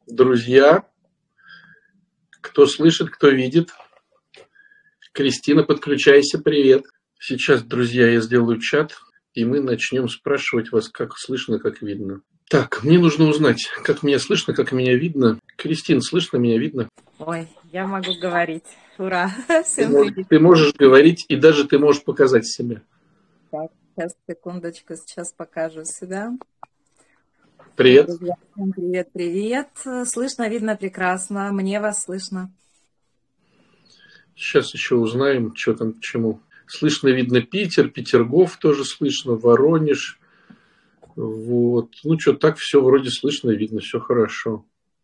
Друзья, кто слышит, кто видит. Кристина, подключайся, привет. Сейчас, друзья, я сделаю чат, и мы начнем спрашивать вас, как слышно, как видно. Так, мне нужно узнать, как меня слышно, как меня видно. Кристин, слышно, меня видно? Ой, я могу говорить. Ура! Ты Всем можешь, привет. ты можешь говорить, и даже ты можешь показать себя. Так, сейчас, секундочку, сейчас покажу себя. Привет. Друзья, всем привет, привет. Слышно, видно прекрасно. Мне вас слышно. Сейчас еще узнаем, что там к чему. Слышно, видно Питер, Петергоф тоже слышно, Воронеж. Вот. Ну, что, так все вроде слышно, видно, все хорошо.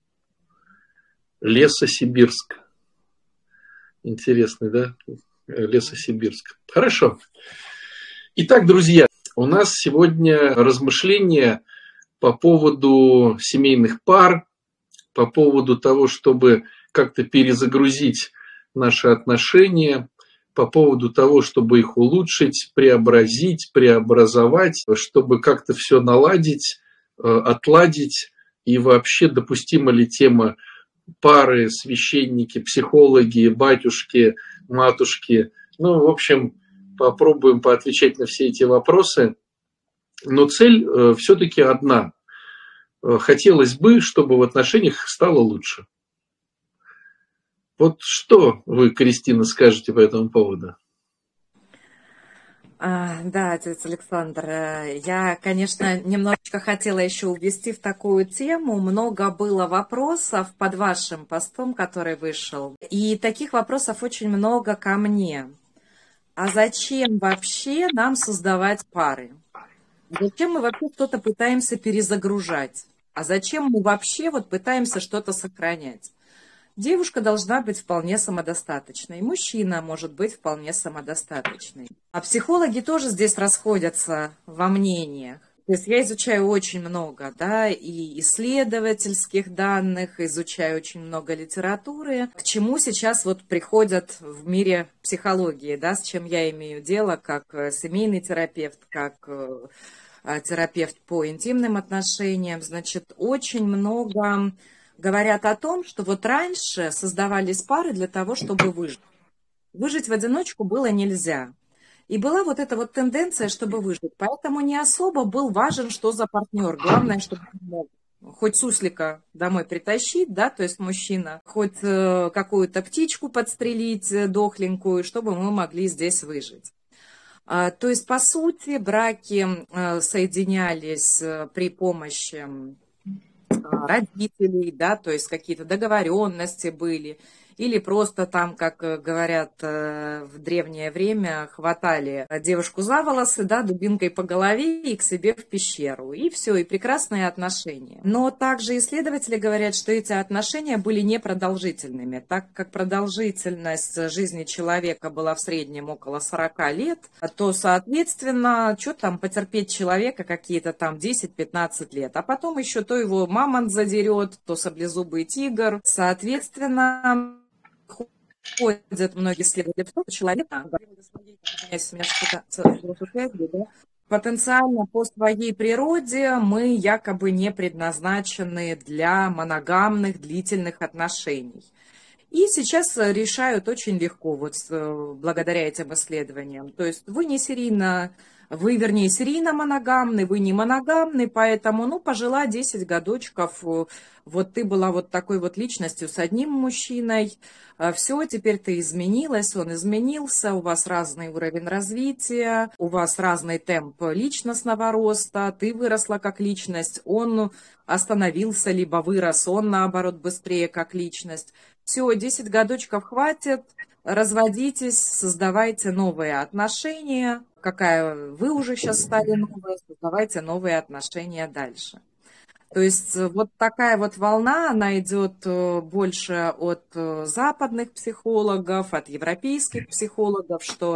Лесосибирск. Интересный, да? Лесосибирск. Хорошо. Итак, друзья, у нас сегодня размышления по поводу семейных пар, по поводу того, чтобы как-то перезагрузить наши отношения, по поводу того, чтобы их улучшить, преобразить, преобразовать, чтобы как-то все наладить, отладить, и вообще допустима ли тема пары, священники, психологи, батюшки, матушки. Ну, в общем, попробуем поотвечать на все эти вопросы. Но цель все-таки одна. Хотелось бы, чтобы в отношениях стало лучше. Вот что вы, Кристина, скажете по этому поводу? Да, отец Александр, я, конечно, немножечко хотела еще увести в такую тему. Много было вопросов под вашим постом, который вышел. И таких вопросов очень много ко мне. А зачем вообще нам создавать пары? Зачем мы вообще что-то пытаемся перезагружать? А зачем мы вообще вот пытаемся что-то сохранять? Девушка должна быть вполне самодостаточной, мужчина может быть вполне самодостаточный. А психологи тоже здесь расходятся во мнениях. То есть я изучаю очень много, да, и исследовательских данных, изучаю очень много литературы. К чему сейчас вот приходят в мире психологии, да, с чем я имею дело, как семейный терапевт, как терапевт по интимным отношениям. Значит, очень много говорят о том, что вот раньше создавались пары для того, чтобы выжить. Выжить в одиночку было нельзя. И была вот эта вот тенденция, чтобы выжить. Поэтому не особо был важен, что за партнер. Главное, чтобы он мог хоть суслика домой притащить, да, то есть мужчина, хоть какую-то птичку подстрелить дохленькую, чтобы мы могли здесь выжить. То есть, по сути, браки соединялись при помощи родителей, да, то есть какие-то договоренности были, или просто там, как говорят в древнее время, хватали девушку за волосы, да, дубинкой по голове и к себе в пещеру, и все, и прекрасные отношения. Но также исследователи говорят, что эти отношения были непродолжительными, так как продолжительность жизни человека была в среднем около 40 лет, то, соответственно, что там потерпеть человека какие-то там 10-15 лет, а потом еще то его мамонт задерет, то саблезубый тигр, соответственно, ходят многие исследователи в том, что человек, потенциально по своей природе мы якобы не предназначены для моногамных длительных отношений. И сейчас решают очень легко, вот благодаря этим исследованиям. То есть вы не серийно, вы, вернее, серийно моногамны, вы не моногамны, поэтому, ну, пожила 10 годочков, вот ты была вот такой вот личностью с одним мужчиной, все, теперь ты изменилась, он изменился, у вас разный уровень развития, у вас разный темп личностного роста, ты выросла как личность, он остановился, либо вырос, он, наоборот, быстрее как личность. Все, 10 годочков хватит, разводитесь, создавайте новые отношения. Какая вы уже сейчас стали новые, создавайте новые отношения дальше. То есть вот такая вот волна, она идет больше от западных психологов, от европейских психологов, что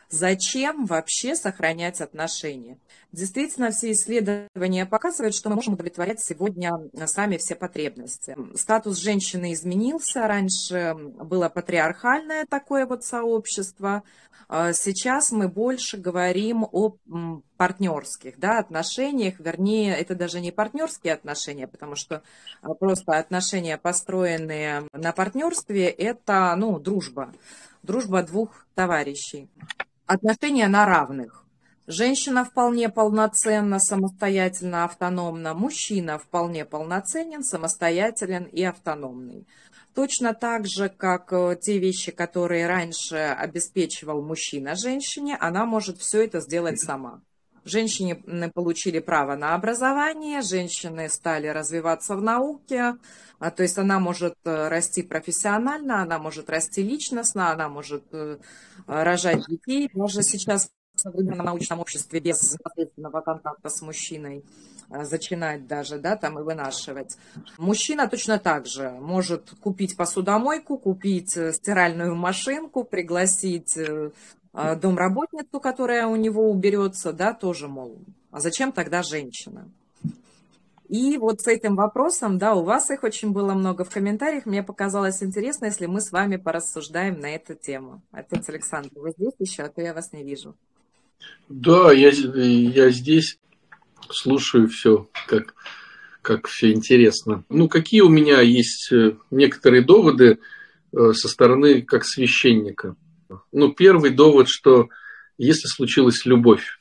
Зачем вообще сохранять отношения? Действительно, все исследования показывают, что мы можем удовлетворять сегодня сами все потребности. Статус женщины изменился. Раньше было патриархальное такое вот сообщество. Сейчас мы больше говорим о партнерских, да, отношениях. Вернее, это даже не партнерские отношения, потому что просто отношения, построенные на партнерстве, это, ну, дружба. Дружба двух товарищей. Отношения на равных. Женщина вполне полноценна, самостоятельно, автономна. Мужчина вполне полноценен, самостоятелен и автономный. Точно так же, как те вещи, которые раньше обеспечивал мужчина женщине, она может все это сделать сама. Женщины получили право на образование, женщины стали развиваться в науке, то есть она может расти профессионально, она может расти личностно, она может рожать детей. Даже сейчас в современном научном обществе без непосредственного контакта с мужчиной зачинать даже, да, там и вынашивать. Мужчина точно так же может купить посудомойку, купить стиральную машинку, пригласить домработницу, которая у него уберется, да, тоже, мол, а зачем тогда женщина? И вот с этим вопросом, да, у вас их очень было много в комментариях, мне показалось интересно, если мы с вами порассуждаем на эту тему. Отец Александр, вы здесь еще, а то я вас не вижу. Да, я здесь слушаю все, как все интересно. Ну, какие у меня есть некоторые доводы со стороны как священника. Ну, первый довод, что если случилась любовь,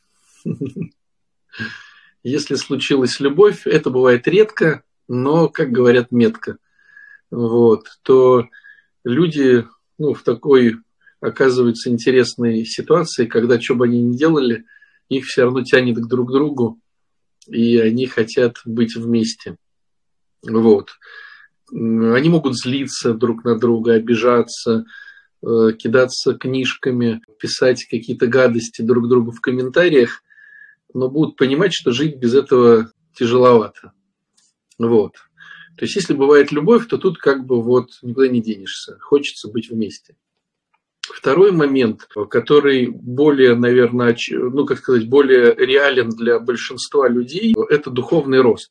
если случилась любовь, это бывает редко, но, как говорят, метко, вот, то люди, ну, в такой, оказываются, интересной ситуации, когда что бы они ни делали, их все равно тянет друг к другу, и они хотят быть вместе. Вот. Они могут злиться друг на друга, обижаться, кидаться книжками, писать какие-то гадости друг другу в комментариях, но будут понимать, что жить без этого тяжеловато. Вот. То есть, если бывает любовь, то тут как бы вот никуда не денешься. Хочется быть вместе. Второй момент, который более, наверное, ну, как сказать, более реален для большинства людей, это духовный рост.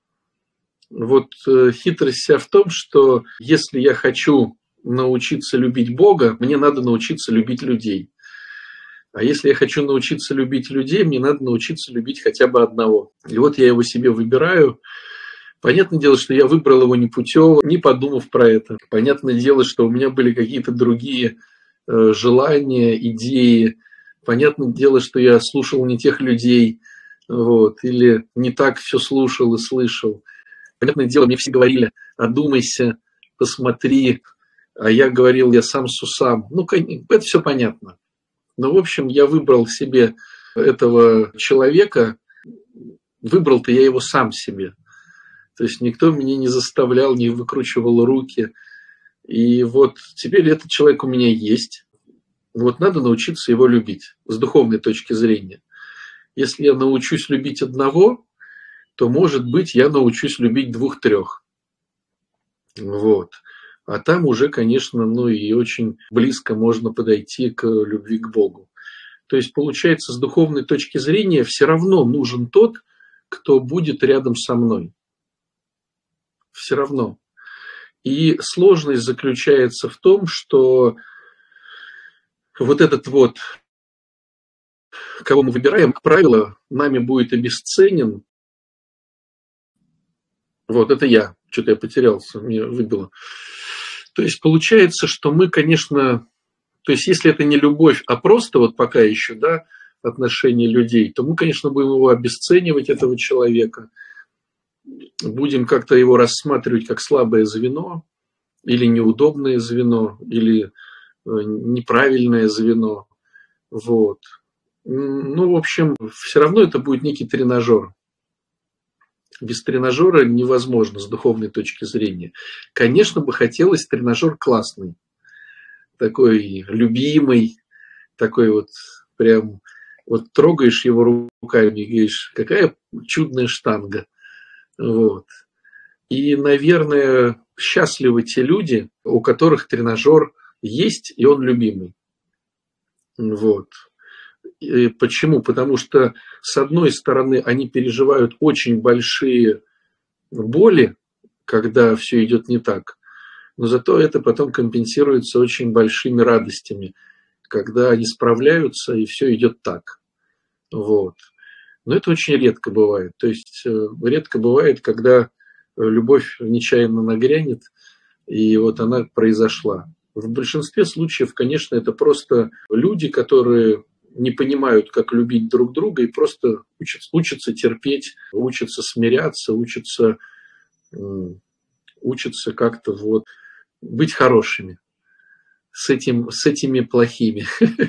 Вот хитрость вся в том, что если я хочу научиться любить Бога, мне надо научиться любить людей. А если я хочу научиться любить людей, мне надо научиться любить хотя бы одного. И вот я его себе выбираю. Понятное дело, что я выбрал его непутево, не подумав про это. Понятное дело, что у меня были какие-то другие желания, идеи. Понятное дело, что я слушал не тех людей, вот, или не так все слушал и слышал. Понятное дело, мне все говорили: одумайся, посмотри. А я говорил: я сам с усам. Ну, это все понятно. Но, в общем, я выбрал себе этого человека. Выбрал-то я его сам себе. То есть никто меня не заставлял, не выкручивал руки. И вот теперь этот человек у меня есть. Вот надо научиться его любить с духовной точки зрения. Если я научусь любить одного, то, может быть, я научусь любить двух-трех. Вот. А там уже, конечно, ну и очень близко можно подойти к любви к Богу. То есть, получается, с духовной точки зрения все равно нужен тот, кто будет рядом со мной. Все равно. И сложность заключается в том, что вот этот вот, кого мы выбираем, как правило, нами будет обесценен. Вот, это я. Что-то я потерялся, меня выбило. То есть получается, что мы, конечно, то есть если это не любовь, а просто вот пока еще, да, отношения людей, то мы, конечно, будем его обесценивать, этого человека, будем как-то его рассматривать как слабое звено, или неудобное звено, или неправильное звено. Вот. Ну, в общем, все равно это будет некий тренажер. Без тренажера невозможно с духовной точки зрения. Конечно, бы хотелось тренажер классный, такой любимый, такой вот прям, вот трогаешь его руками и говоришь: какая чудная штанга. Вот. И, наверное, счастливы те люди, у которых тренажер есть, и он любимый. Вот. Почему? Потому что, с одной стороны, они переживают очень большие боли, когда все идет не так, но зато это потом компенсируется очень большими радостями, когда они справляются и все идет так. Вот. Но это очень редко бывает. То есть редко бывает, когда любовь нечаянно нагрянет, и вот она произошла. В большинстве случаев, конечно, это просто люди, которые не понимают, как любить друг друга, и просто учатся терпеть, учатся смиряться, учатся как-то вот быть хорошими с этими плохими.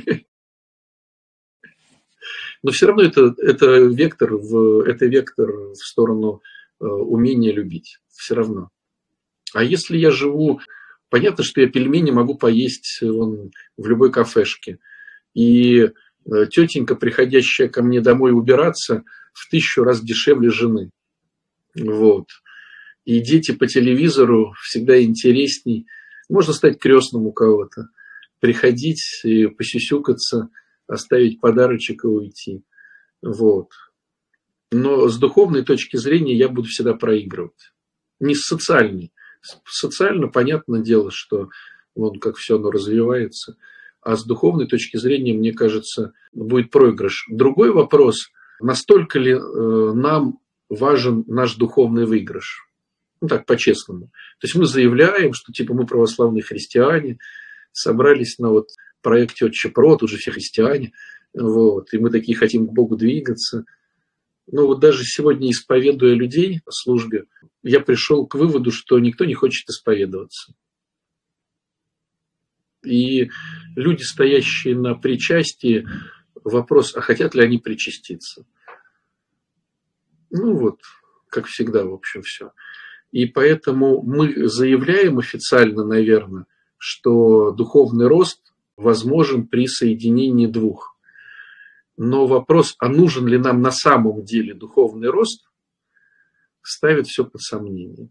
Но все равно это вектор в сторону умения любить. Все равно. А если я живу... Понятно, что я пельмени могу поесть в любой кафешке. И тетенька, приходящая ко мне домой убираться, в 1000 раз дешевле жены. Вот. И дети по телевизору всегда интересней. Можно стать крестным у кого-то. Приходить и посюсюкаться, оставить подарочек и уйти. Вот. Но с духовной точки зрения я буду всегда проигрывать. Не с социальной. Социально понятное дело, что вон как все оно развивается. А с духовной точки зрения, мне кажется, будет проигрыш. Другой вопрос, настолько ли нам важен наш духовный выигрыш? Ну так, по-честному. То есть мы заявляем, что типа мы православные христиане, собрались на вот проекте «Отче Про», тут же все христиане, вот, и мы такие хотим к Богу двигаться. Но вот даже сегодня, исповедуя людей в службе, я пришел к выводу, что никто не хочет исповедоваться. И люди, стоящие на причастии, вопрос, а хотят ли они причаститься? Ну вот, как всегда, в общем, все. И поэтому мы заявляем официально, наверное, что духовный рост возможен при соединении двух. Но вопрос, а нужен ли нам на самом деле духовный рост, ставит все под сомнение.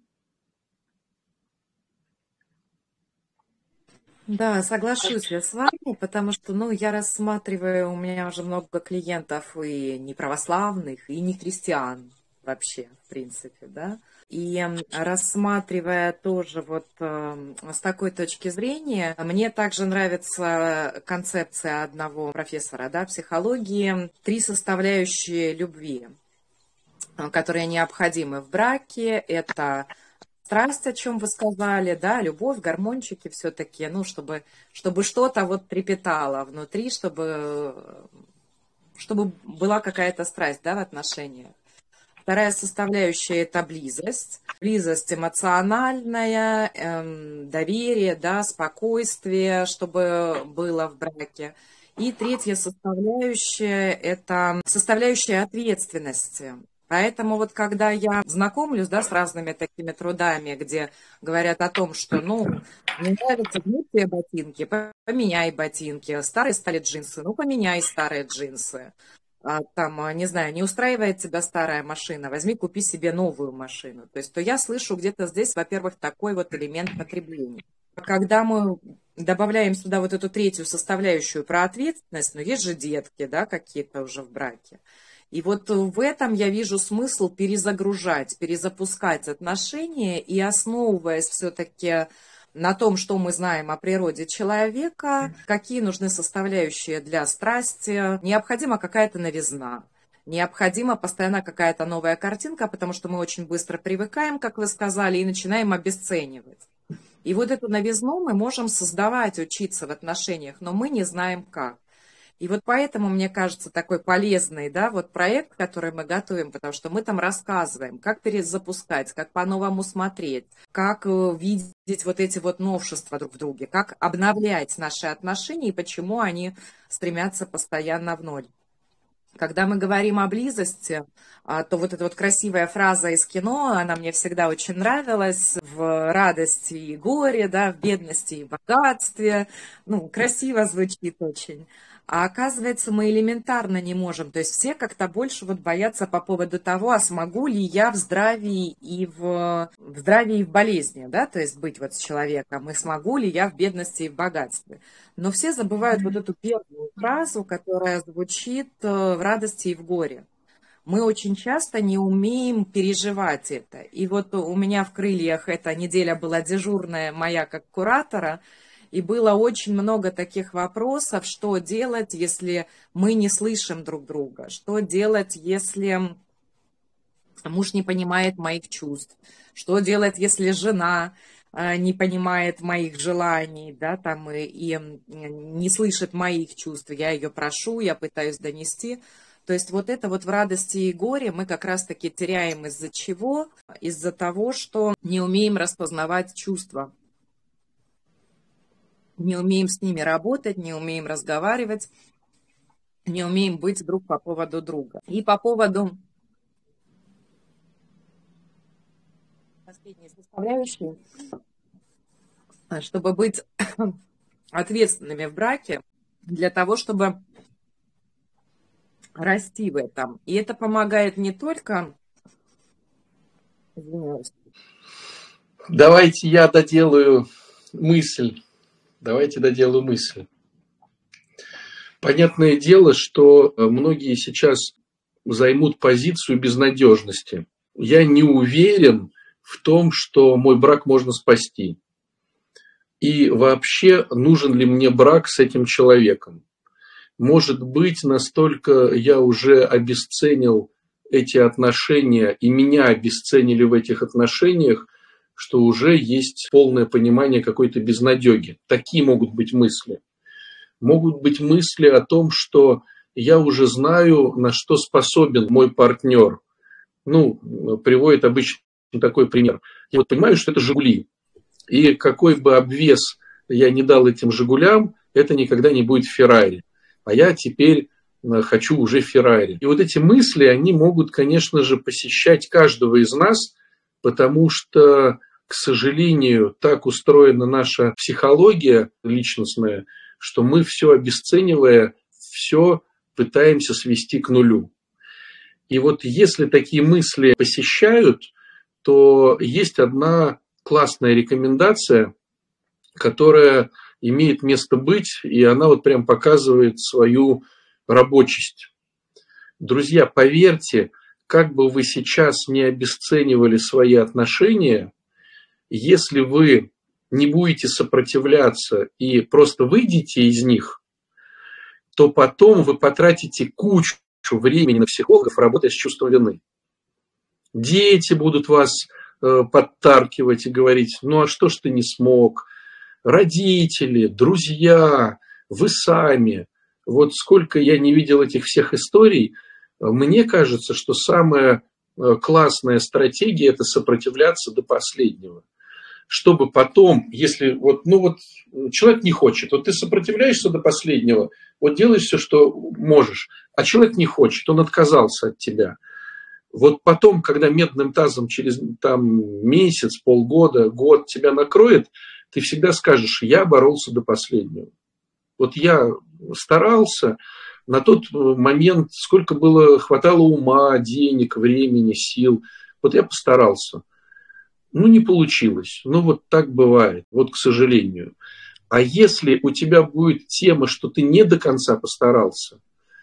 Да, соглашусь я с вами, потому что, я рассматриваю, у меня уже много клиентов и не православных, и не христиан вообще, в принципе, да. И рассматривая тоже вот с такой точки зрения, мне также нравится концепция одного профессора, да, психологии, 3 составляющие любви, которые необходимы в браке. Это страсть, о чем вы сказали, да, любовь, гормончики все-таки, чтобы что-то вот трепетало внутри, чтобы была какая-то страсть, да, в отношениях. Вторая составляющая – это близость. Близость эмоциональная, доверие, да, спокойствие, чтобы было в браке. И третья составляющая – это составляющая ответственности. Поэтому вот когда я знакомлюсь, да, с разными такими трудами, где говорят о том, что, мне нравятся гнутые ботинки, поменяй ботинки, старые стали джинсы, поменяй старые джинсы. Там, не знаю, не устраивает тебя старая машина, возьми, купи себе новую машину. То есть, то я слышу где-то здесь, во-первых, такой вот элемент потребления. Когда мы добавляем сюда вот эту третью составляющую про ответственность, есть же детки, да, какие-то уже в браке. И вот в этом я вижу смысл перезагружать, перезапускать отношения и, основываясь все-таки на том, что мы знаем о природе человека, какие нужны составляющие для страсти, необходима какая-то новизна, необходима постоянно какая-то новая картинка, потому что мы очень быстро привыкаем, как вы сказали, и начинаем обесценивать. И вот эту новизну мы можем создавать, учиться в отношениях, но мы не знаем как. И вот поэтому, мне кажется, такой полезный, да, вот проект, который мы готовим, потому что мы там рассказываем, как перезапускать, как по-новому смотреть, как видеть вот эти вот новшества друг в друге, как обновлять наши отношения и почему они стремятся постоянно в ноль. Когда мы говорим о близости, то вот эта вот красивая фраза из кино, она мне всегда очень нравилась, в радости и горе, да, в бедности и богатстве, красиво звучит очень. А оказывается, мы элементарно не можем. То есть все как-то больше вот боятся по поводу того, а смогу ли я в здравии и в здравии и в болезни, да, то есть быть вот с человеком, и смогу ли я в бедности и в богатстве. Но все забывают вот эту первую фразу, которая звучит в радости и в горе. Мы очень часто не умеем переживать это. И вот у меня в «Крыльях» эта неделя была дежурная моя как куратора, и было очень много таких вопросов, что делать, если мы не слышим друг друга, что делать, если муж не понимает моих чувств, что делать, если жена не понимает моих желаний, да, там, и не слышит моих чувств, я ее прошу, я пытаюсь донести. То есть вот это вот в радости и горе мы как раз-таки теряем из-за чего? Из-за того, что не умеем распознавать чувства, не умеем с ними работать, не умеем разговаривать, не умеем быть друг по поводу друга. И по поводу последней составляющей, чтобы быть ответственными в браке, для того, чтобы расти в этом. И это помогает не только... Извиняюсь. Давайте я доделаю мысль. Понятное дело, что многие сейчас займут позицию безнадежности. Я не уверен в том, что мой брак можно спасти. И вообще, нужен ли мне брак с этим человеком? Может быть, настолько я уже обесценил эти отношения, и меня обесценили в этих отношениях, что уже есть полное понимание какой-то безнадёги. Такие могут быть мысли. Могут быть мысли о том, что я уже знаю, на что способен мой партнер. Ну, приводит обычно такой пример. Я вот понимаю, что это «Жигули». И какой бы обвес я не дал этим «Жигулям», это никогда не будет «Феррари». А я теперь хочу уже «Феррари». И вот эти мысли, они могут, конечно же, посещать каждого из нас, потому что, к сожалению, так устроена наша психология личностная, что мы все обесценивая, все пытаемся свести к нулю. И вот если такие мысли посещают, то есть одна классная рекомендация, которая имеет место быть, и она вот прям показывает свою рабочесть. Друзья, поверьте, как бы вы сейчас не обесценивали свои отношения, если вы не будете сопротивляться и просто выйдете из них, то потом вы потратите кучу времени на психологов, работая с чувством вины. Дети будут вас подталкивать и говорить: ну а что ж ты не смог? Родители, друзья, вы сами. Вот сколько я не видел этих всех историй, мне кажется, что самая классная стратегия – это сопротивляться до последнего. Чтобы потом, если вот человек не хочет, вот ты сопротивляешься до последнего, вот делаешь все, что можешь, а человек не хочет, он отказался от тебя. Вот потом, когда медным тазом через месяц, полгода, год тебя накроет, ты всегда скажешь: я боролся до последнего. Вот я старался на тот момент, сколько хватало ума, денег, времени, сил. Вот я постарался. Не получилось. Вот так бывает. Вот, к сожалению. А если у тебя будет тема, что ты не до конца постарался,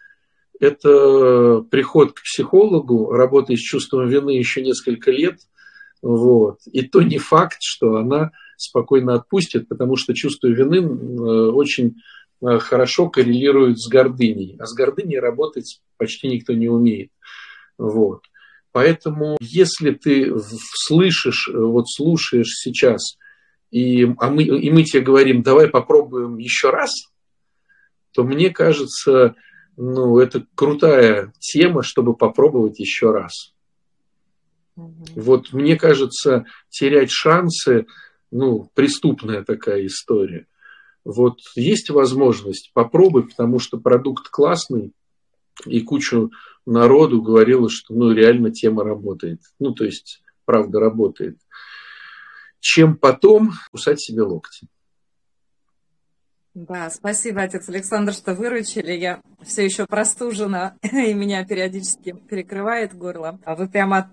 это приход к психологу, работая с чувством вины еще несколько лет, и то не факт, что она спокойно отпустит, потому что чувство вины очень хорошо коррелирует с гордыней, а с гордыней работать почти никто не умеет. Поэтому, если ты слышишь, слушаешь сейчас, и мы тебе говорим: давай попробуем еще раз, то мне кажется, это крутая тема, чтобы попробовать еще раз. Мне кажется, терять шансы, преступная такая история. Есть возможность, попробуй, потому что продукт классный, и кучу народу говорила, что реально тема работает. То есть, правда, работает. Чем потом кусать себе локти. Да, спасибо, отец Александр, что выручили. Я все еще простужена, и меня периодически перекрывает горло. А вы прямо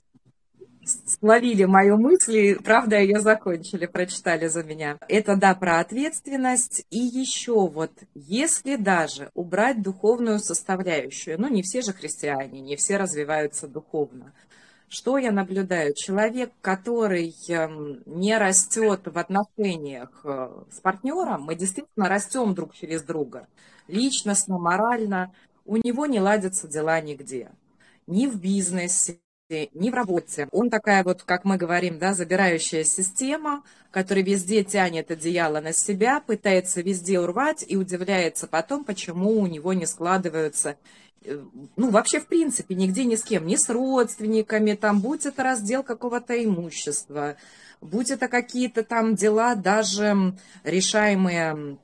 словили мою мысль, и, правда, ее закончили, прочитали за меня. Это, да, про ответственность. И еще вот, если даже убрать духовную составляющую, ну, не все же христиане, не все развиваются духовно. Что я наблюдаю? Человек, который не растет в отношениях с партнером, мы действительно растем друг через друга, личностно, морально, у него не ладятся дела нигде. Ни в бизнесе, ни в работе. Он такая вот, как мы говорим, да, забирающая система, которая везде тянет одеяло на себя, пытается везде урвать и удивляется потом, почему у него не складываются, ну, вообще, в принципе, нигде ни с кем, ни с родственниками, там, будь это раздел какого-то имущества, будь это какие-то там дела, даже решаемые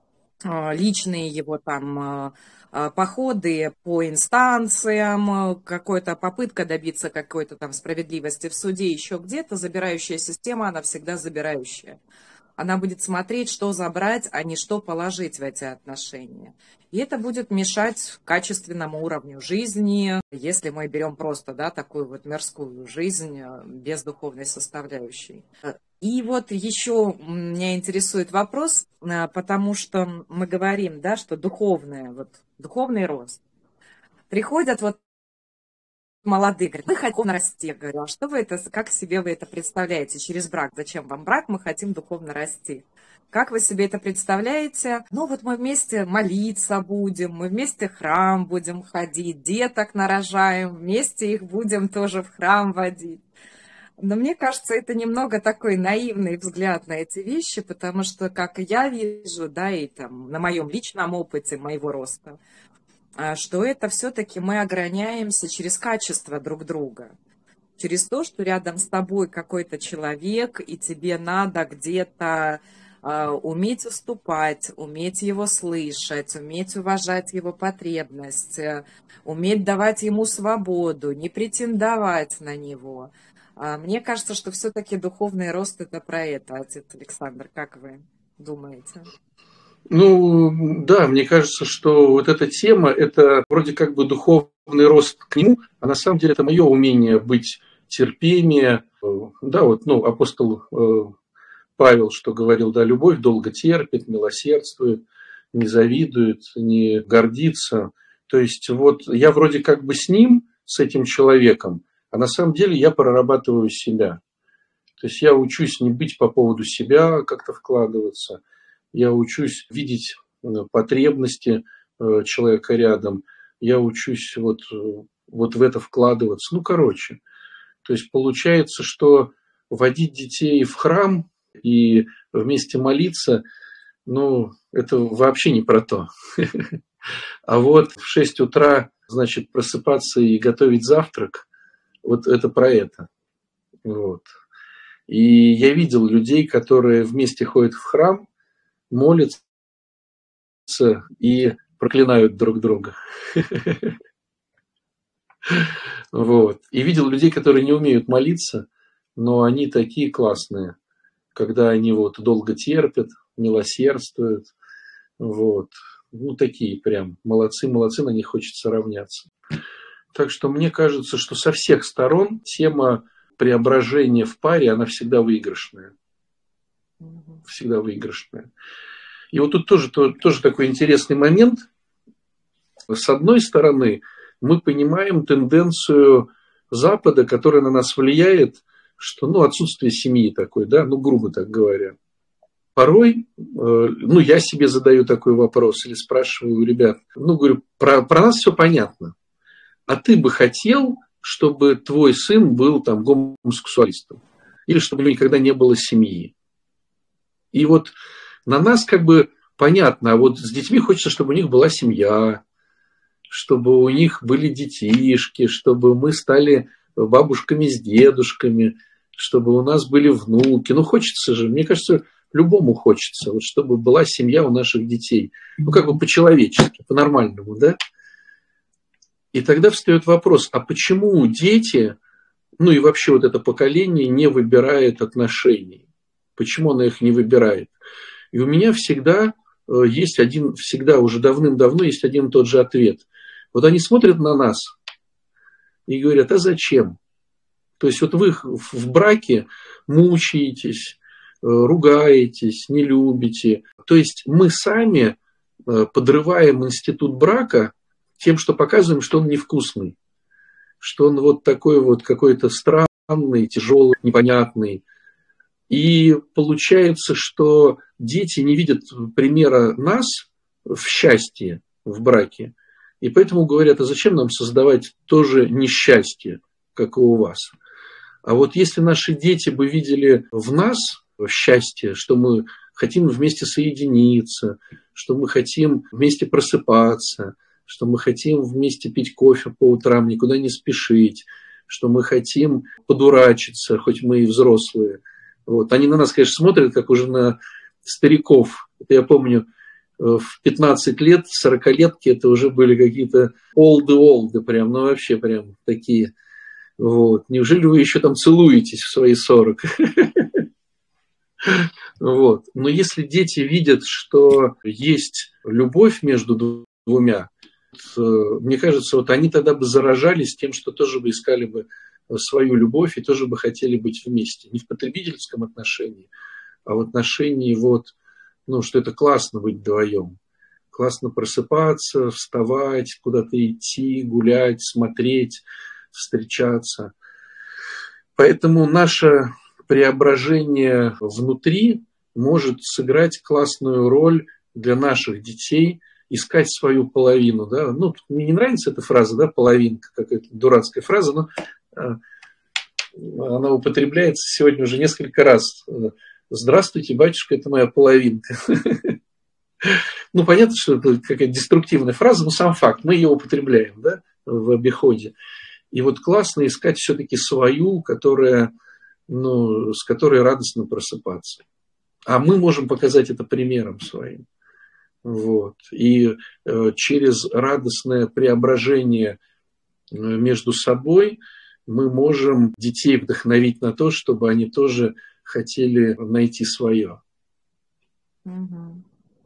личные его там походы по инстанциям, какая-то попытка добиться какой-то там справедливости в суде, еще где-то, забирающая система, она всегда забирающая. Она будет смотреть, что забрать, а не что положить в эти отношения. И это будет мешать качественному уровню жизни, если мы берем просто, да, такую вот мирскую жизнь без духовной составляющей. И вот еще меня интересует вопрос, потому что мы говорим, да, что духовное, вот, духовный рост. Приходят вот молодые, говорят, мы хотим духовно расти. Я говорю, а что вы это, как себе вы это представляете через брак? Зачем вам брак? Мы хотим духовно расти. Как вы себе это представляете? Ну вот мы вместе молиться будем, мы вместе в храм будем ходить, деток нарожаем, вместе их будем тоже в храм водить. Но мне кажется, это немного такой наивный взгляд на эти вещи, потому что, как я вижу, да, и там на моем личном опыте моего роста, что это все-таки мы ограняемся через качество друг друга. Через то, что рядом с тобой какой-то человек, и тебе надо где-то уметь уступать, уметь его слышать, уметь уважать его потребности, уметь давать ему свободу, не претендовать на него. Мне кажется, что все-таки духовный рост – это про это, отец Александр. Как вы думаете? Ну, да, мне кажется, что вот эта тема, это вроде как бы духовный рост к нему, а на самом деле это мое умение быть терпение. Да, вот, ну, апостол Павел, что говорил, да, любовь долго терпит, милосердствует, не завидует, не гордится. То есть вот я вроде как бы с ним, с этим человеком, а на самом деле я прорабатываю себя. То есть я учусь не быть по поводу себя, как-то вкладываться. Я учусь видеть потребности человека рядом. Я учусь вот в это вкладываться. Ну, короче. То есть получается, что водить детей в храм и вместе молиться, ну, это вообще не про то. А вот в 6 утра, значит, просыпаться и готовить завтрак, вот это про это. Вот. И я видел людей, которые вместе ходят в храм, молятся и проклинают друг друга. Вот. И видел людей, которые не умеют молиться, но они такие классные, когда они вот долго терпят, милосердствуют. Вот. Ну, такие прям молодцы, молодцы, на них хочется равняться. Так что мне кажется, что со всех сторон тема преображения в паре, она всегда выигрышная. Всегда выигрышная. И вот тут тоже такой интересный момент. С одной стороны, мы понимаем тенденцию Запада, которая на нас влияет, что, ну, отсутствие семьи такой, да, ну, грубо так говоря. Порой, ну, я себе задаю такой вопрос или спрашиваю у ребят, ну, говорю, про нас все понятно. А ты бы хотел, чтобы твой сын был там гомосексуалистом? Или чтобы у него никогда не было семьи? И вот на нас как бы понятно, а вот с детьми хочется, чтобы у них была семья, чтобы у них были детишки, чтобы мы стали бабушками с дедушками, чтобы у нас были внуки. Ну, хочется же, мне кажется, любому хочется, вот чтобы была семья у наших детей. Ну, как бы по-человечески, по-нормальному, да? И тогда встает вопрос, а почему дети, ну и вообще вот это поколение не выбирает отношений? Почему оно их не выбирает? И у меня всегда есть один, всегда уже давным-давно есть один и тот же ответ. Вот они смотрят на нас и говорят, а зачем? То есть вот вы в браке мучаетесь, ругаетесь, не любите. То есть мы сами подрываем институт брака тем, что показываем, что он невкусный, что он вот такой вот какой-то странный, тяжелый, непонятный. И получается, что дети не видят примера нас в счастье в браке. И поэтому говорят, а зачем нам создавать тоже несчастье, как и у вас? А вот если наши дети бы видели в нас счастье, что мы хотим вместе соединиться, что мы хотим вместе просыпаться, что мы хотим вместе пить кофе по утрам, никуда не спешить, что мы хотим подурачиться, хоть мы и взрослые. Вот. Они на нас, конечно, смотрят, как уже на стариков. Это я помню, в 15 лет, 40-летки, это уже были какие-то олды, прям, ну вообще прям такие. Вот. Неужели вы еще там целуетесь в свои 40? Вот. Но если дети видят, что есть любовь между двумя, мне кажется, вот они тогда бы заражались тем, что тоже бы искали бы свою любовь и тоже бы хотели быть вместе. Не в потребительском отношении, а в отношении вот, ну, что это классно быть вдвоем. Классно просыпаться, вставать, куда-то идти, гулять, смотреть, встречаться. Поэтому наше преображение внутри может сыграть классную роль для наших детей, искать свою половину. Да? Ну, мне не нравится эта фраза, да, половинка, какая-то дурацкая фраза, но она употребляется сегодня уже несколько раз. Здравствуйте, батюшка, это моя половинка. Ну, понятно, что это какая-то деструктивная фраза, но сам факт, мы ее употребляем, да, в обиходе. И вот классно искать все-таки свою, которая, ну, с которой радостно просыпаться. А мы можем показать это примером своим. Вот. И через радостное преображение между собой мы можем детей вдохновить на то, чтобы они тоже хотели найти свое. Мгм.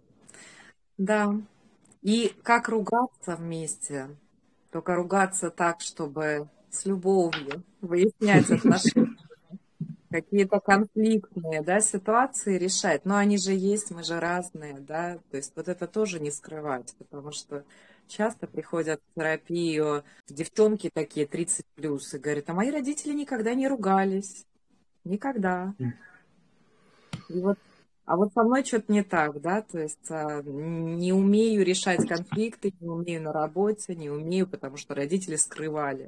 Да. И как ругаться вместе? Только ругаться так, чтобы с любовью выяснять отношения, какие-то конфликтные, да, ситуации решать. Но они же есть, мы же разные, да. То есть вот это тоже не скрывать, потому что часто приходят в терапию девчонки такие 30 плюс и говорят, а мои родители никогда не ругались. Никогда. И вот, а вот со мной что-то не так, да, то есть не умею решать конфликты, не умею на работе, не умею, потому что родители скрывали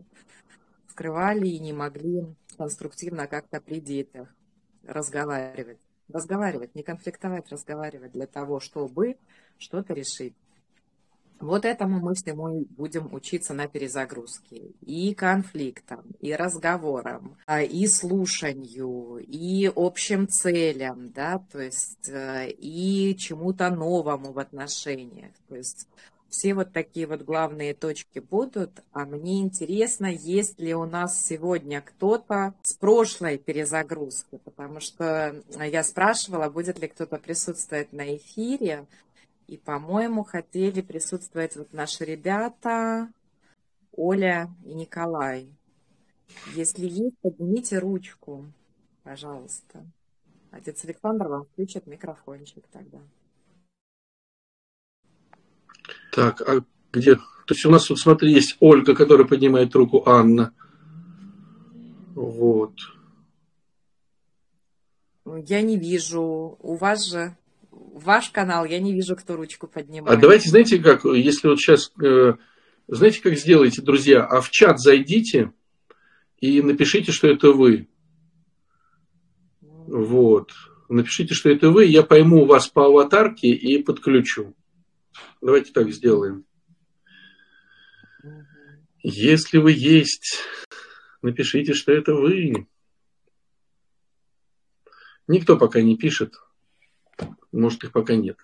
и не могли конструктивно как-то при детях разговаривать. Разговаривать, не конфликтовать, разговаривать для того, чтобы что-то решить. Вот этому мы всему будем учиться на перезагрузке. И конфликтам, и разговорам, и слушанию, и общим целям, да, то есть и чему-то новому в отношениях. То есть все вот такие вот главные точки будут. А мне интересно, есть ли у нас сегодня кто-то с прошлой перезагрузки, потому что я спрашивала, будет ли кто-то присутствовать на эфире. И, по-моему, хотели присутствовать вот наши ребята, Оля и Николай. Если есть, поднимите ручку, пожалуйста. Отец Александр вам включит микрофончик тогда. Так, а где? То есть у нас вот, смотри, есть Ольга, которая поднимает руку, Анна. Вот. Я не вижу. У вас же... Ваш канал, я не вижу, кто ручку поднимает. А давайте, знаете как, если вот сейчас, знаете, как сделаете, друзья, а в чат зайдите и напишите, что это вы. Вот. Напишите, что это вы, я пойму вас по аватарке и подключу. Давайте так сделаем. Если вы есть, напишите, что это вы. Никто пока не пишет. Может, их пока нет.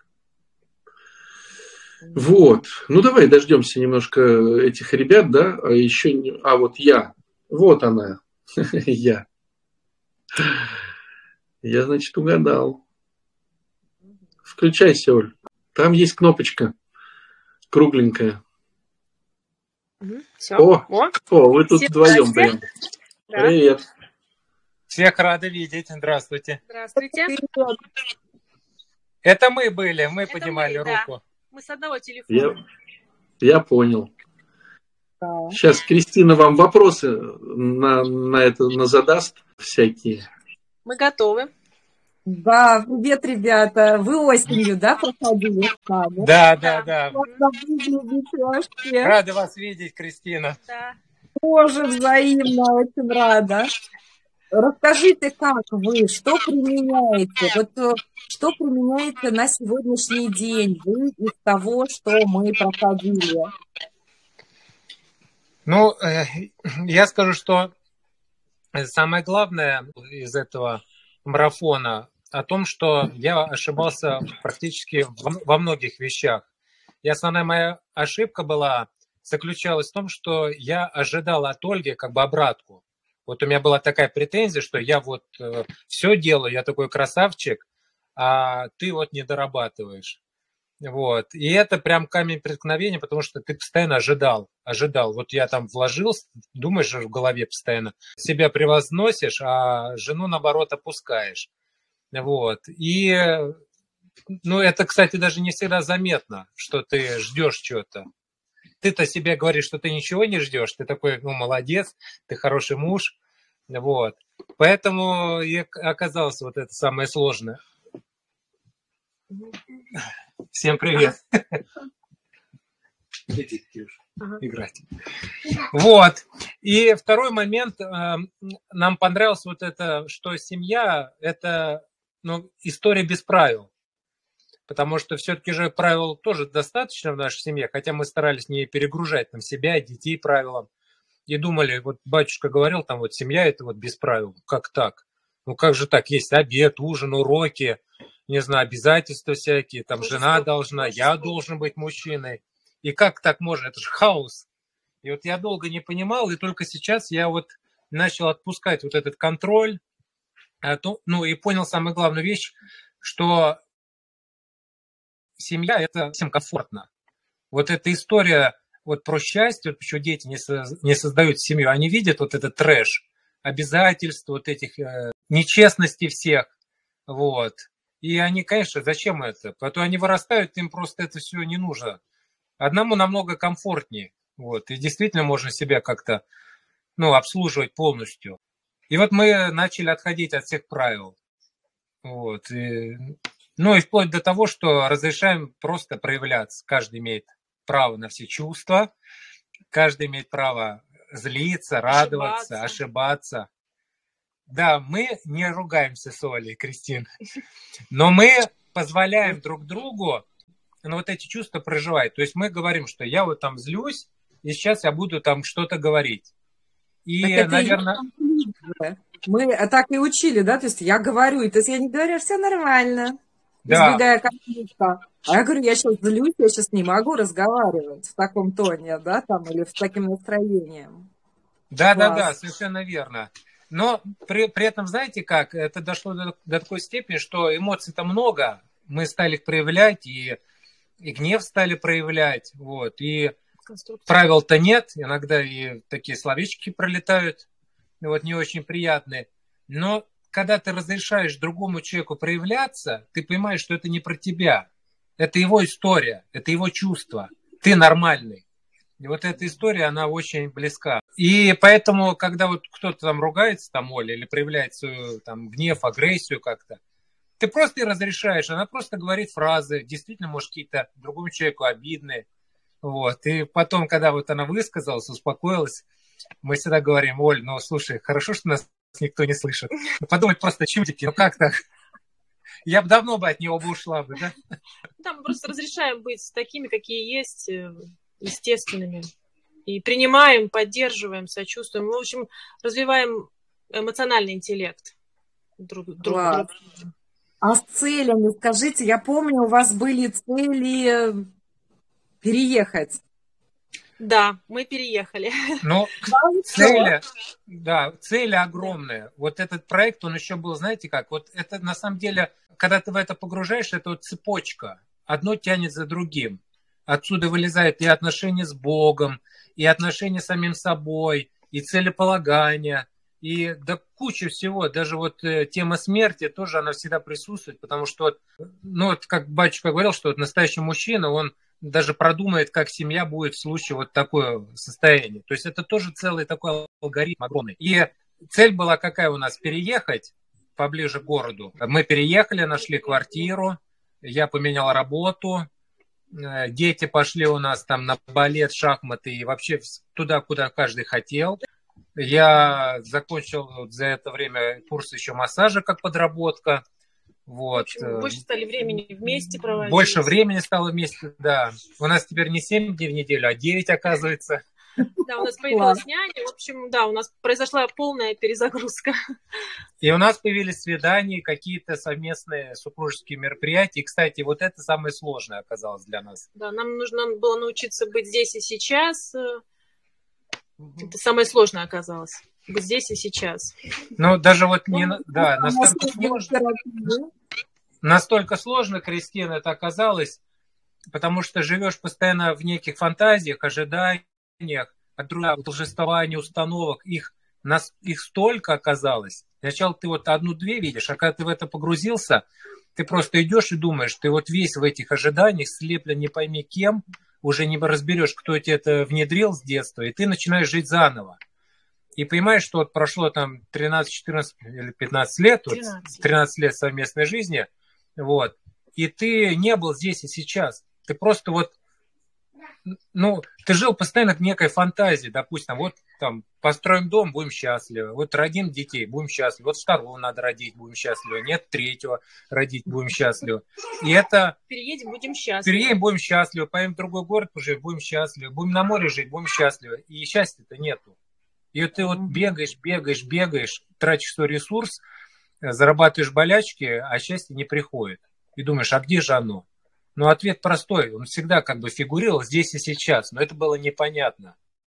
Вот. Ну, давай дождемся немножко этих ребят, да? А еще не... А вот я. Вот она. Я. Я, значит, угадал. Включайся, Оль. Там есть кнопочка кругленькая. Все. О, вы тут вдвоем прям. Да. Привет. Всех рады видеть. Здравствуйте. Здравствуйте. Это мы были, мы Это поднимали мы, да. руку. Мы с одного телефона. Я понял. Сейчас Кристина вам вопросы на задаст всякие. Мы готовы. Да, привет, ребята. Вы осенью, да, проходили с нами? Да. Выглядите вообще. Рада вас видеть, Кристина. Да. Тоже взаимно, очень рада. Расскажите, как вы, что применяете? Вот что применяете на сегодняшний день вы из того, что мы проходили? Ну, я скажу, что самое главное из этого марафона о том, что я ошибался практически во многих вещах. И основная моя ошибка заключалась в том, что я ожидал от Ольги как бы обратку. Вот у меня была такая претензия, что я вот все делаю, я такой красавчик, а ты вот не дорабатываешь. Вот. И это прям камень преткновения, потому что ты постоянно ожидал. Вот я там вложился, думаешь в голове постоянно, себя превозносишь, а жену, наоборот, опускаешь. Вот. И, ну, это, кстати, даже не всегда заметно, что ты ждешь чего-то. Ты-то себе говоришь, что ты ничего не ждешь, ты такой, ну, молодец, ты хороший муж. Вот. Поэтому и оказалось вот это самое сложное. Всем привет. Иди, играть. Вот. И второй момент. Нам понравилось вот это, что семья – это история без правил. Потому что все-таки же правил тоже достаточно в нашей семье, хотя мы старались не перегружать на себя, детей правилам. И думали, вот батюшка говорил, там вот семья – это вот без правил. Как так? Ну как же так? Есть обед, ужин, уроки, не знаю, обязательства всякие, там жена должна, я должен быть мужчиной. И как так можно? Это же хаос. И вот я долго не понимал, и только сейчас я вот начал отпускать вот этот контроль, и понял самую главную вещь, что семья – это всем комфортно. Вот эта история вот про счастье, вот почему дети не создают семью, они видят вот этот трэш, обязательств, вот этих нечестностей всех, вот. И они, конечно, зачем это? Потом они вырастают, им просто это все не нужно. Одному намного комфортнее, вот. И действительно можно себя как-то, обслуживать полностью. И вот мы начали отходить от всех правил, вот. И вплоть до того, что разрешаем просто проявляться. Каждый имеет право на все чувства, каждый имеет право злиться, радоваться, ошибаться. Да, мы не ругаемся с Олей, Кристина, но мы позволяем друг другу вот эти чувства проживать. То есть мы говорим, что я вот там злюсь, и сейчас я буду там что-то говорить. И, наверное... Мы так и учили, да? То есть я говорю, и то есть я не говорю, все нормально. Да. Избегая конфликта. А я говорю, я сейчас злюсь, я сейчас не могу разговаривать в таком тоне, да, там, или с таким настроением. Да, совершенно верно. Но при этом, знаете как, это дошло до такой степени, что эмоций-то много, мы стали их проявлять, и гнев стали проявлять, вот, и правил-то нет, иногда и такие словечки пролетают, вот, не очень приятные, но когда ты разрешаешь другому человеку проявляться, ты понимаешь, что это не про тебя. Это его история, это его чувство. Ты нормальный. И вот эта история, она очень близка. И поэтому, когда вот кто-то там ругается, там, Оля, или проявляет свою там гнев, агрессию как-то, ты просто и разрешаешь. Она просто говорит фразы, действительно, может, какие-то другому человеку обидные. Вот. И потом, когда вот она высказалась, успокоилась, мы всегда говорим: Оль, слушай, хорошо, что нас никто не слышит. Подумать просто, чудики, как так? Я бы давно от него ушла бы, да? Да, мы просто разрешаем быть такими, какие есть, естественными. И принимаем, поддерживаем, сочувствуем. В общем, развиваем эмоциональный интеллект друг друга. А с целями, скажите, я помню, у вас были цели переехать. Да, мы переехали. Цели огромные. Вот этот проект, он еще был, знаете как, вот это на самом деле, когда ты в это погружаешь, это вот цепочка. одно тянет за другим. Отсюда вылезает и отношения с Богом, и отношения с самим собой, и целеполагание, и да куча всего. Даже вот тема смерти тоже, она всегда присутствует, потому что, ну, вот как батюшка говорил, что вот настоящий мужчина, он даже продумает, как семья будет в случае вот такое состояние. То есть это тоже целый такой алгоритм огромный. И цель была какая у нас? Переехать поближе к городу. Мы переехали, нашли квартиру, я поменял работу, дети пошли у нас там на балет, шахматы и вообще туда, куда каждый хотел. Я закончил за это время курс еще массажа как подработка. Вот. Больше стали времени вместе проводить. Больше времени стало вместе, да. У нас теперь не 7 дней в неделю, а 9, оказывается. Да, у нас появилась няня. В общем, да, у нас произошла полная перезагрузка. И у нас появились свидания, какие-то совместные супружеские мероприятия. И, кстати, вот это самое сложное оказалось для нас. Да, нам нужно было научиться быть здесь и сейчас. Это самое сложное оказалось. Быть здесь и сейчас. Ну, даже вот не... Да, настолько сложно, Кристина, это оказалось, потому что живешь постоянно в неких фантазиях, ожиданиях, от торжествований, установок. Их столько оказалось. Сначала ты вот одну-две видишь, а когда ты в это погрузился, ты просто идешь и думаешь, ты вот весь в этих ожиданиях, слеплен не пойми кем, уже не разберешь, кто тебе это внедрил с детства, и ты начинаешь жить заново. И понимаешь, что вот прошло там 13, 14 или 15 лет, 13 лет совместной жизни, вот, и ты не был здесь и сейчас. Ты просто вот, ну, ты жил постоянно в некой фантазии, допустим, вот там построим дом, будем счастливы, вот родим детей, будем счастливы, вот второго надо родить, будем счастливы, нет третьего родить, будем счастливы. И это... Переедем, будем счастливы. Переедем, будем счастливы, поедем в другой город, уже будем счастливы, будем на море жить, будем счастливы. И счастья-то нету. И вот ты вот бегаешь, тратишь свой ресурс, зарабатываешь болячки, а счастье не приходит. И думаешь, а где же оно? Ну, ответ простой. Он всегда как бы фигурировал здесь и сейчас, но это было непонятно.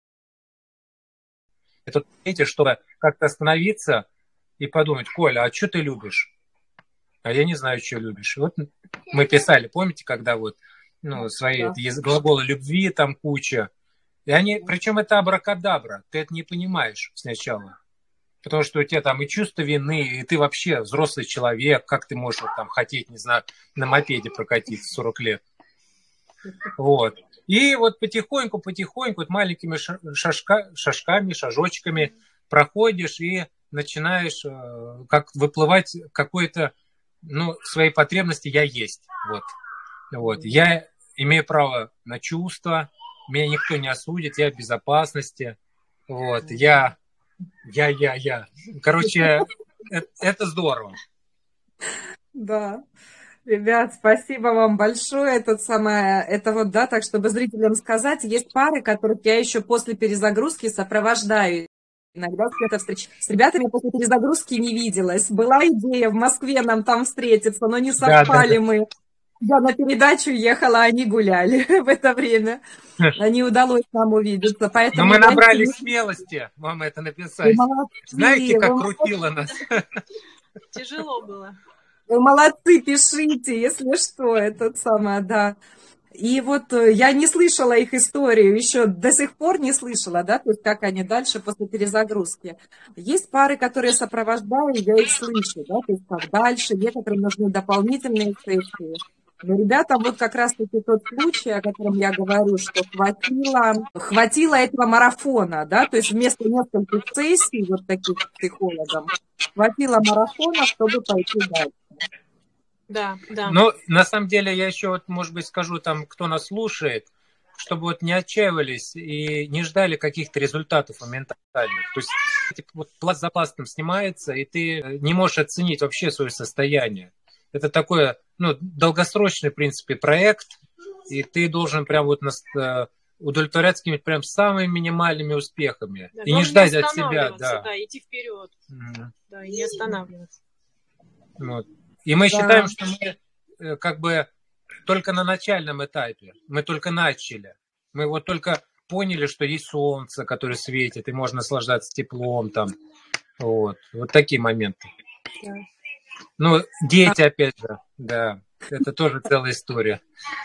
Это, видите, чтобы как-то остановиться и подумать, Коля, а что ты любишь? А я не знаю, что любишь. Вот мы писали, помните, когда вот свои глаголы любви там куча. И они, причем это абракадабра, ты это не понимаешь сначала. Потому что у тебя там и чувство вины, и ты вообще взрослый человек, как ты можешь вот там хотеть, не знаю, на мопеде прокатиться 40 лет. Вот. И вот потихоньку, вот маленькими шажками, шажочками проходишь и начинаешь как выплывать какой-то, свои потребности я есть. Вот. Я имею право на чувства, меня никто не осудит, я в безопасности. Вот. Я. Короче, это здорово. Да. Ребят, спасибо вам большое. Это вот, да, так, чтобы зрителям сказать, есть пары, которых я еще после перезагрузки сопровождаю. Иногда где-то встреч. С ребятами после перезагрузки не виделась. Была идея в Москве нам там встретиться, но не совпали мы. Я на передачу ехала, они гуляли в это время. Не удалось нам увидеться. Поэтому но мы набрались смелости вам это написать. Знаете, как крутило нас? Тяжело было. Вы молодцы, пишите, если что, да. И вот я не слышала их историю, еще до сих пор не слышала, да, то есть как они дальше после перезагрузки. Есть пары, которые сопровождаю, я их слышу, да, то есть как дальше, некоторым нужны дополнительные сессии. Но ребята, вот как раз-таки тот случай, о котором я говорю, что хватило этого марафона, да, то есть вместо нескольких сессий вот таких психологов, хватило марафона, чтобы пойти дальше. Да. Но на самом деле я еще, вот, может быть, скажу там, кто нас слушает, чтобы вот не отчаивались и не ждали каких-то результатов моментальных. То есть вот пласт за пластом снимается, и ты не можешь оценить вообще свое состояние. Это такой, долгосрочный, в принципе, проект, и ты должен прям вот удовлетворяться какими-то прям самыми минимальными успехами. Да, и не ждать от себя. Да, идти вперед. Да, и не останавливаться. Вот. И мы считаем, что мы как бы только на начальном этапе. Мы только начали. Мы вот только поняли, что есть солнце, которое светит, и можно наслаждаться теплом там. Вот такие моменты. Да. Дети, опять же, да. Это тоже целая история.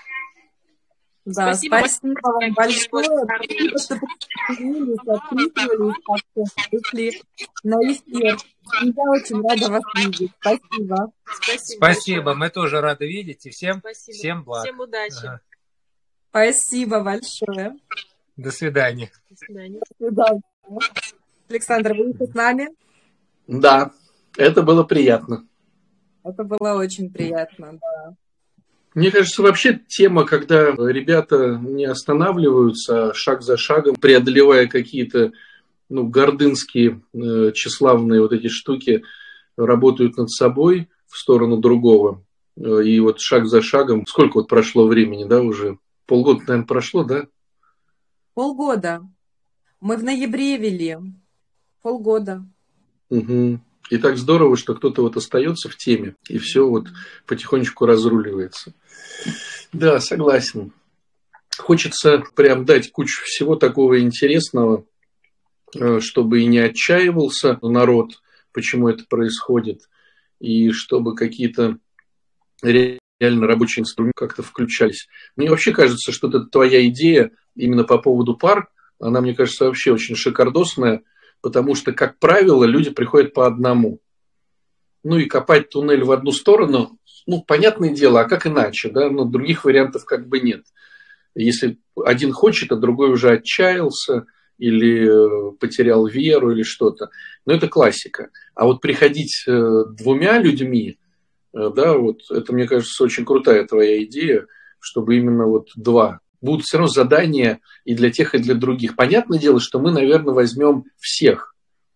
Да, Спасибо спасибо вам большое. Спасибо, что присоединились, откликнулись, как-то пришли на эфир. И я очень рада вас видеть. Спасибо. Спасибо. Мы тоже рады видеть. И всем благ. Всем удачи. Ага. Спасибо большое. До свидания. До свидания. До свидания. Александр, вы еще с нами? Да, это было приятно. Это было очень приятно, да. Мне кажется, вообще тема, когда ребята не останавливаются, а шаг за шагом, преодолевая какие-то гордынские, тщеславные вот эти штуки, работают над собой в сторону другого. И вот шаг за шагом, сколько вот прошло времени, да, уже? Полгода, наверное, прошло, да? Полгода. Мы в ноябре вели. Полгода. Угу. И так здорово, что кто-то вот остается в теме, и все вот потихонечку разруливается. Да, согласен. Хочется прям дать кучу всего такого интересного, чтобы и не отчаивался народ, почему это происходит, и чтобы какие-то реально рабочие инструменты как-то включались. Мне вообще кажется, что это твоя идея именно по поводу пар, она, мне кажется, вообще очень шикардосная, потому что, как правило, люди приходят по одному. Ну и копать туннель в одну сторону, понятное дело, а как иначе, да? Но других вариантов как бы нет. Если один хочет, а другой уже отчаялся или потерял веру или что-то. Но это классика. А вот приходить двумя людьми, да, вот это, мне кажется, очень крутая твоя идея, чтобы именно вот два. Будут все равно задания и для тех, и для других. Понятное дело, что мы, наверное, возьмем всех.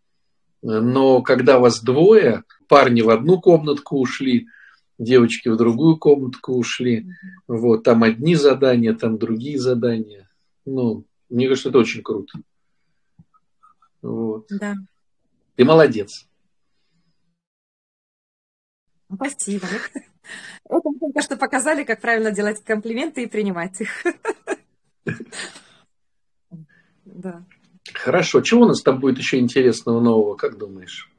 Но когда вас двое, парни в одну комнатку ушли, девочки в другую комнатку ушли, вот, там одни задания, там другие задания. Мне кажется, это очень круто. Вот. Да. Ты молодец. Спасибо. Это мы только что показали, как правильно делать комплименты и принимать их. Да. Хорошо. Чего у нас там будет еще интересного нового, как думаешь?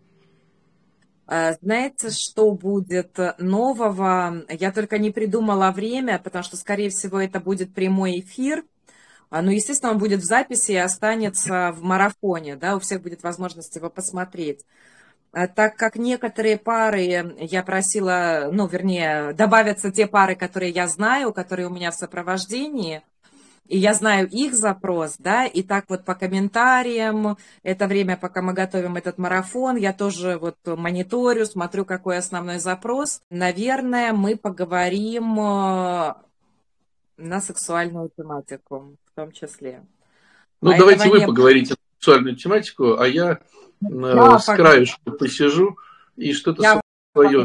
Знаете, что будет нового? Я только не придумала время, потому что, скорее всего, это будет прямой эфир. Естественно, он будет в записи и останется в марафоне, да, у всех будет возможность его посмотреть. Так как некоторые пары я просила, добавятся те пары, которые я знаю, которые у меня в сопровождении, и я знаю их запрос, да, и так вот по комментариям, это время, пока мы готовим этот марафон, я тоже вот мониторю, смотрю, какой основной запрос. Наверное, мы поговорим на сексуальную тематику в том числе. Давайте вы поговорите на сексуальную тематику, а я с краешку посижу и что-то свое.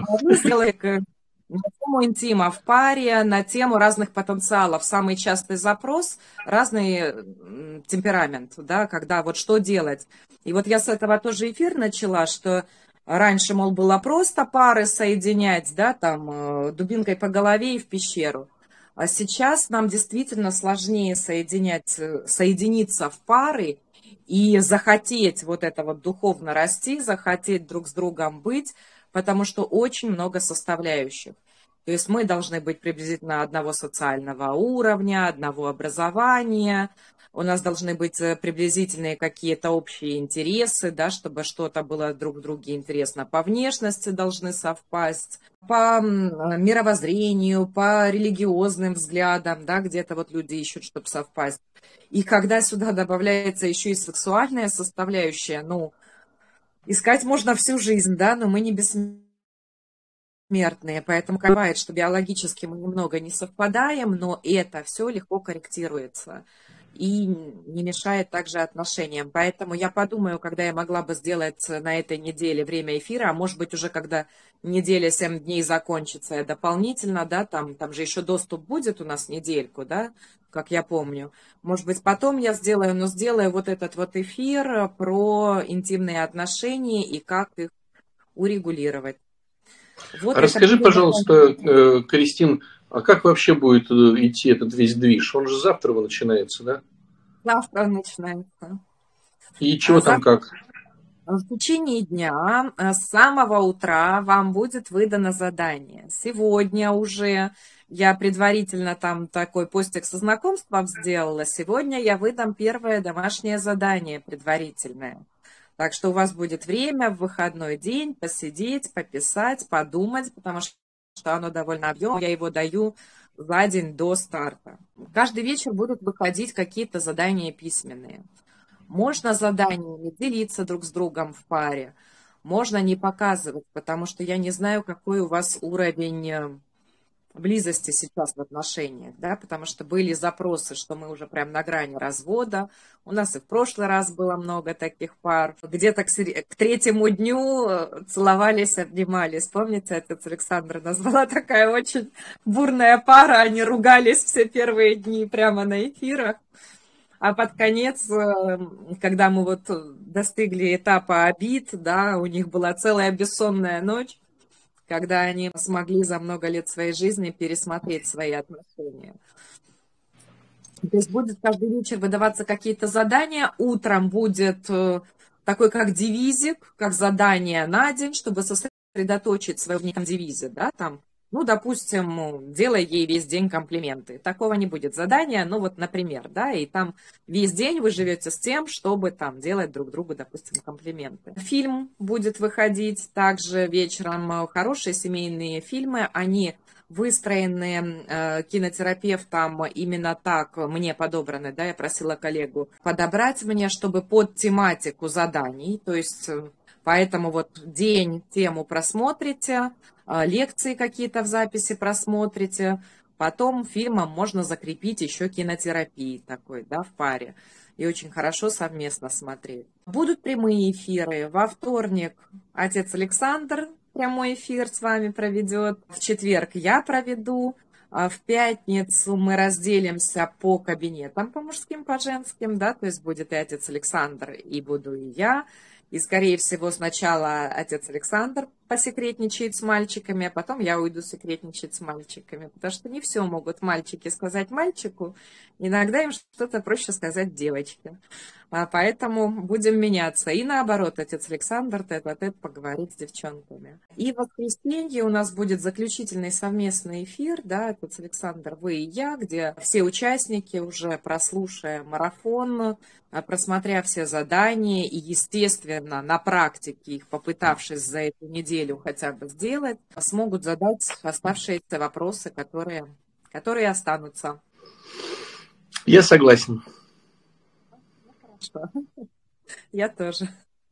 На тему интима в паре, на тему разных потенциалов. Самый частый запрос – разный темперамент, да, когда вот что делать. И вот я с этого тоже эфир начала, что раньше, мол, было просто пары соединять, да, там, дубинкой по голове и в пещеру. А сейчас нам действительно сложнее соединиться в пары и захотеть вот это вот духовно расти, захотеть друг с другом быть, потому что очень много составляющих. То есть мы должны быть приблизительно одного социального уровня, одного образования, у нас должны быть приблизительные какие-то общие интересы, да, чтобы что-то было друг друге интересно. По внешности должны совпасть, по мировоззрению, по религиозным взглядам, да, где-то вот люди ищут, чтобы совпасть. И когда сюда добавляется еще и сексуальная составляющая, искать можно всю жизнь, да, но мы не бессмертные, поэтому бывает, что биологически мы немного не совпадаем, но это все легко корректируется и не мешает также отношениям. Поэтому я подумаю, когда я могла бы сделать на этой неделе время эфира, а может быть уже когда неделя 7 дней закончится, я дополнительно, да, там же еще доступ будет у нас недельку, да, как я помню. Может быть, потом я сделаю, но сделаю вот этот вот эфир про интимные отношения и как их урегулировать. Вот расскажи, пожалуйста, Кристин, а как вообще будет идти этот весь движ? Он же завтра начинается, да? Завтра начинается. И чего там как? В течение дня с самого утра вам будет выдано задание. Сегодня уже я предварительно там такой постик со знакомством сделала. Сегодня я выдам первое домашнее задание предварительное. Так что у вас будет время в выходной день посидеть, пописать, подумать, потому что оно довольно объемное. Я его даю за день до старта. Каждый вечер будут выходить какие-то задания письменные. Можно заданиями делиться друг с другом в паре, можно не показывать, потому что я не знаю, какой у вас уровень близости сейчас в отношениях, да, потому что были запросы, что мы уже прям на грани развода. У нас и в прошлый раз было много таких пар. Где-то к третьему дню целовались, обнимались. Помните, отец Александр назвала такая очень бурная пара, они ругались все первые дни прямо на эфирах. А под конец, когда мы вот достигли этапа обид, да, у них была целая бессонная ночь, когда они смогли за много лет своей жизни пересмотреть свои отношения. То есть будет каждый вечер выдаваться какие-то задания, утром будет такой как девизик, как задание на день, чтобы сосредоточить свое в неком девизе, да, там. Ну, допустим, делай ей весь день комплименты. Такого не будет задания, ну вот, например, да, и там весь день вы живете с тем, чтобы там делать друг другу, допустим, комплименты. Фильм будет выходить также вечером. Хорошие семейные фильмы, они выстроены кинотерапевтом именно так, мне подобраны, да, я просила коллегу подобрать мне, чтобы под тематику заданий, то есть поэтому вот день тему просмотрите, лекции какие-то в записи просмотрите, потом фильмом можно закрепить еще кинотерапии такой, да, в паре. И очень хорошо совместно смотреть. Будут прямые эфиры. Во вторник отец Александр прямой эфир с вами проведет. В четверг я проведу. В пятницу мы разделимся по кабинетам, по мужским, по женским, да, то есть будет и отец Александр, и буду и я. И, скорее всего, сначала отец Александр посекретничает с мальчиками, а потом я уйду секретничать с мальчиками. Потому что не все могут мальчики сказать мальчику. Иногда им что-то проще сказать девочке. Поэтому будем меняться. И наоборот, отец Александр тет-а-тет поговорит с девчонками. И в воскресенье у нас будет заключительный совместный эфир, да, отец Александр, вы и я, где все участники, уже прослушая марафон, просмотря все задания и, естественно, на практике их попытавшись за эту неделю хотя бы сделать, смогут задать оставшиеся вопросы, которые останутся. Я согласен. Хорошо. Я тоже.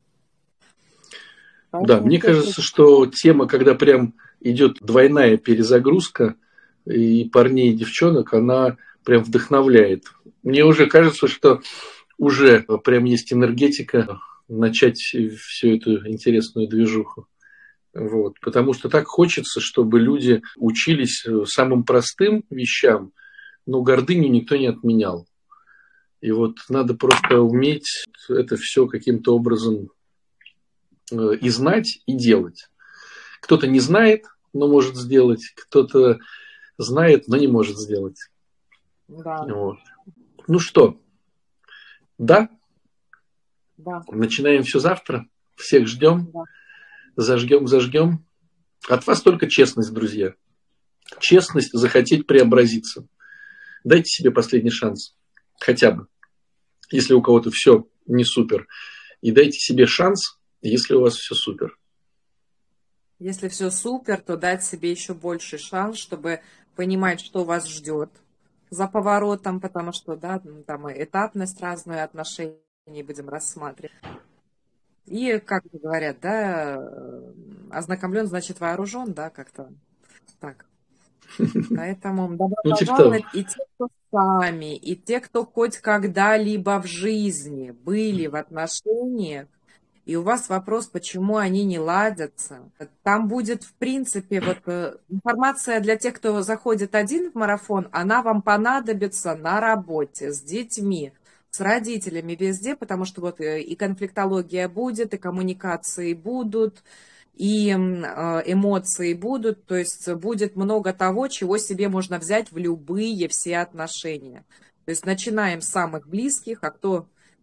Да, мне кажется, что тема, когда прям идет двойная перезагрузка и парней, и девчонок, она прям вдохновляет. Мне уже кажется, что уже прям есть энергетика начать всю эту интересную движуху. Вот. Потому что так хочется, чтобы люди учились самым простым вещам, но гордыню никто не отменял. И вот надо просто уметь это все каким-то образом и знать, и делать. Кто-то не знает, но может сделать, кто-то знает, но не может сделать. Да. Вот. Ну что, да? Да. Начинаем все завтра. Всех ждем. Да. Зажгем. От вас только честность, друзья. Честность захотеть преобразиться. Дайте себе последний шанс. Хотя бы. Если у кого-то все не супер. И дайте себе шанс, если у вас все супер. Если все супер, то дать себе еще больший шанс, чтобы понимать, что вас ждет за поворотом, потому что, да, там и этапность разную отношений будем рассматривать. И, как говорят, да, ознакомлен, значит вооружен, да, как-то так. Поэтому добро пожаловать и те, кто сами, и те, кто хоть когда-либо в жизни были в отношениях, и у вас вопрос, почему они не ладятся. Там будет, в принципе, вот информация для тех, кто заходит один в марафон, она вам понадобится на работе, с детьми, с родителями, везде, потому что вот и конфликтология будет, и коммуникации будут, и эмоции будут, то есть будет много того, чего себе можно взять в любые все отношения. То есть начинаем с самых близких, а кто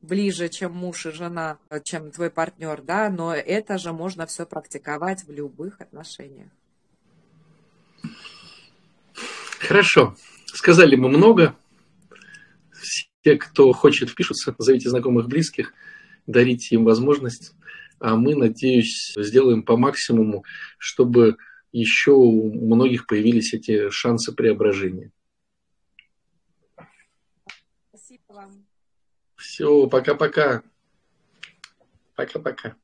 ближе, чем муж и жена, чем твой партнер, да, но это же можно все практиковать в любых отношениях. Хорошо. Сказали мы много. Все, кто хочет, впишутся, зовите знакомых, близких, дарите им возможность. А мы, надеюсь, сделаем по максимуму, чтобы еще у многих появились эти шансы преображения. Спасибо вам. Все, пока-пока. Пока-пока.